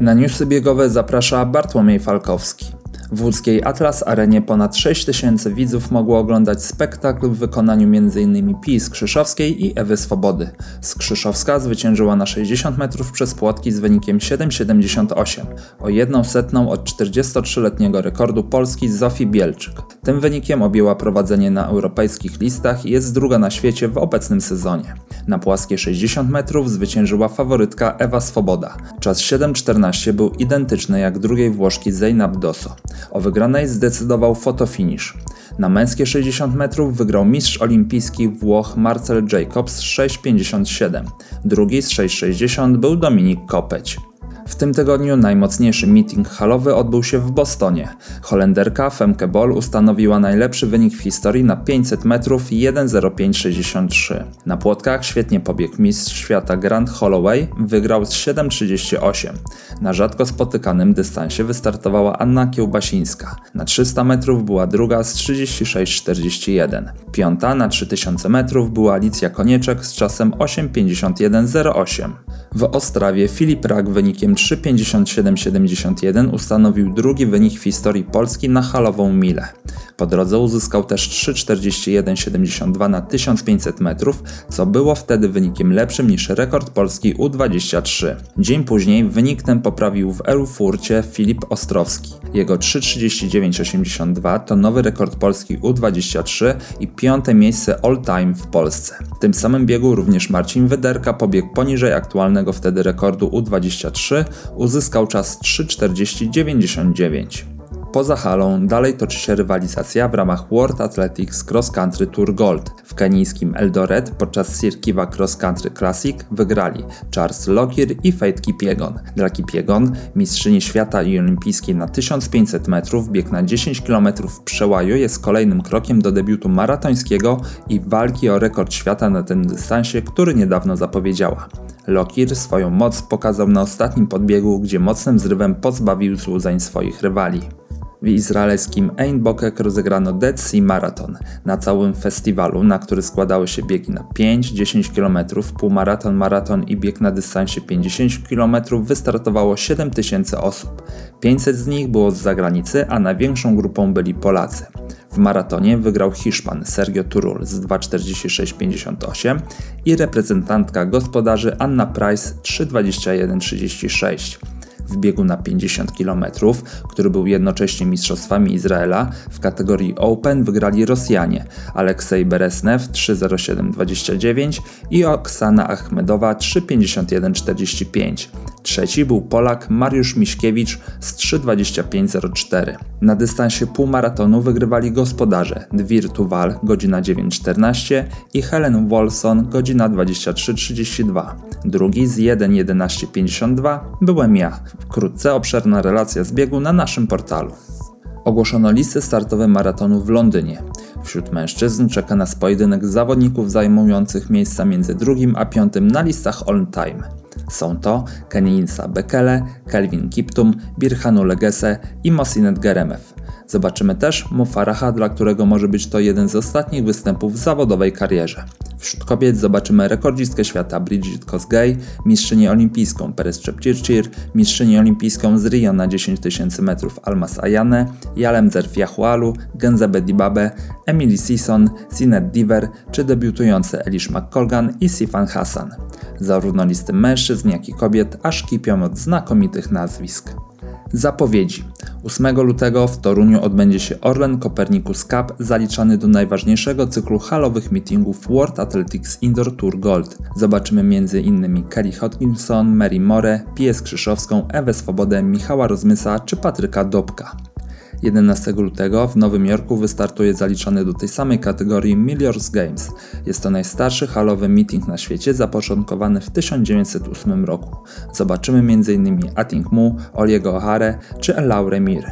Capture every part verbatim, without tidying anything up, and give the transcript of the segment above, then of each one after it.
Na newsy biegowe zaprasza Bartłomiej Falkowski. W łódzkiej Atlas Arenie ponad sześć tysięcy widzów mogło oglądać spektakl w wykonaniu między innymi Pii Skrzyszowskiej i Ewy Swobody. Skrzyszowska zwyciężyła na sześćdziesiąt metrów przez płotki z wynikiem siedem siedemdziesiąt osiem, o jedną setną od czterdziestotrzyletniego rekordu Polski Zofii Bielczyk. Tym wynikiem objęła prowadzenie na europejskich listach i jest druga na świecie w obecnym sezonie. Na płaskie sześćdziesiąt metrów zwyciężyła faworytka Ewa Swoboda. Czas siedem czternaście był identyczny jak drugiej Włoszki Zeynab Dosso. O wygranej zdecydował fotofinish. Na męskie sześćdziesiąt metrów wygrał mistrz olimpijski Włoch Marcel Jacobs z sześć pięćdziesiąt siedem. Drugi z sześć sześćdziesiąt był Dominik Kopeć. W tym tygodniu najmocniejszy meeting halowy odbył się w Bostonie. Holenderka Femke Bol ustanowiła najlepszy wynik w historii na pięćset metrów jeden zero pięć sześćdziesiąt trzy. Na płotkach świetnie pobiegł mistrz świata Grant Holloway, wygrał z siedem trzydzieści osiem. Na rzadko spotykanym dystansie wystartowała Anna Kiełbasińska. Na trzysta metrów była druga z trzydzieści sześć czterdzieści jeden. Piąta na trzy tysiące metrów była Alicja Konieczek z czasem osiem pięćdziesiąt jeden zero osiem. W Ostrawie Filip Rak wynikiem trzy pięćdziesiąt siedem siedemdziesiąt jeden ustanowił drugi wynik w historii Polski na halową milę. Po drodze uzyskał też trzy czterdzieści jeden siedemdziesiąt dwa na tysiąc pięćset metrów, co było wtedy wynikiem lepszym niż rekord Polski U dwadzieścia trzy. Dzień później wynik ten poprawił w Erfurcie Filip Ostrowski. Jego trzy trzydzieści dziewięć osiemdziesiąt dwa to nowy rekord Polski U dwadzieścia trzy i piąte miejsce all time w Polsce. W tym samym biegu również Marcin Wyderka pobiegł poniżej aktualnego wtedy rekordu U dwadzieścia trzy, uzyskał czas trzy czterdzieści dziewięćdziesiąt dziewięć. Poza halą dalej toczy się rywalizacja w ramach World Athletics Cross Country Tour Gold. W kenijskim Eldoret podczas Sirkiwa Cross Country Classic wygrali Charles Lockyer i Faith Kipyegon. Dla Kipyegon, mistrzyni świata i olimpijskiej na tysiąc pięćset metrów, bieg na dziesięć kilometrów w przełaju jest kolejnym krokiem do debiutu maratońskiego i walki o rekord świata na tym dystansie, który niedawno zapowiedziała. Lockyer swoją moc pokazał na ostatnim podbiegu, gdzie mocnym zrywem pozbawił złudzeń swoich rywali. W izraelskim Ein Bokek rozegrano Dead Sea Marathon. Na całym festiwalu, na który składały się biegi na pięć, dziesięć kilometrów, półmaraton, maraton i bieg na dystansie pięćdziesiąt kilometrów wystartowało siedem tysięcy osób. pięćset z nich było z zagranicy, a największą grupą byli Polacy. W maratonie wygrał Hiszpan Sergio Turul z dwa czterdzieści sześć pięćdziesiąt osiem i reprezentantka gospodarzy Anna Price trzy dwadzieścia jeden trzydzieści sześć. W biegu na pięćdziesiąt kilometrów, który był jednocześnie mistrzostwami Izraela, w kategorii Open wygrali Rosjanie Aleksej Beresnew trzy zero siedem dwadzieścia dziewięć i Oksana Achmedowa trzy pięćdziesiąt jeden czterdzieści pięć. Trzeci był Polak Mariusz Miśkiewicz z trzy dwadzieścia pięć zero cztery. Na dystansie półmaratonu wygrywali gospodarze Dwir Tuwal godzina dziewięć czternaście i Helen Wolson godzina dwadzieścia trzy trzydzieści dwa. Drugi z jeden jedenaście pięćdziesiąt dwa byłem ja. Wkrótce obszerna relacja z biegu na naszym portalu. Ogłoszono listy startowe maratonu w Londynie. Wśród mężczyzn czeka nas pojedynek zawodników zajmujących miejsca między drugim a piątym na listach all time. Są to Kenijinsa Bekele, Kelvin Kiptum, Birhanu Legese i Mosinet Geremew. Zobaczymy też Mo Faraha, dla którego może być to jeden z ostatnich występów w zawodowej karierze. Wśród kobiet zobaczymy rekordzistkę świata Brigid Kosgei, mistrzynię olimpijską Peres Jepchirchir, mistrzynię olimpijską z Rio na dziesięć tysięcy metrów Almas Ayane, Yalem Zerf-Yahualu, Genzebe Dibabę, Emily Sisson, Zinet Diver czy debiutujące Elish McColgan i Sifan Hassan. Zarówno listy mężczyzn, jak i kobiet aż kipią od znakomitych nazwisk. Zapowiedzi. ósmego lutego w Toruniu odbędzie się Orlen Copernicus Cup, zaliczany do najważniejszego cyklu halowych meetingów World Athletics Indoor Tour Gold. Zobaczymy między innymi Kelly Hodgkinson, Mary Moore, Piję Skrzyszowską, Ewę Swobodę, Michała Rozmysa czy Patryka Dobka. jedenastego lutego w Nowym Jorku wystartuje zaliczony do tej samej kategorii Millionaires Games. Jest to najstarszy halowy meeting na świecie, zapoczątkowany w tysiąc dziewięćset ósmym roku. Zobaczymy między innymi Ating Mu, Oliego O'Hare czy Laurę Mir.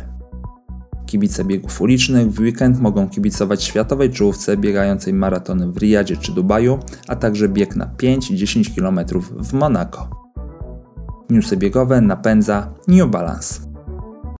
Kibice biegów ulicznych w weekend mogą kibicować światowej czołówce biegającej maratony w Riyadzie czy Dubaju, a także bieg na pięć i dziesięć kilometrów w Monako. Newsy biegowe napędza New Balance.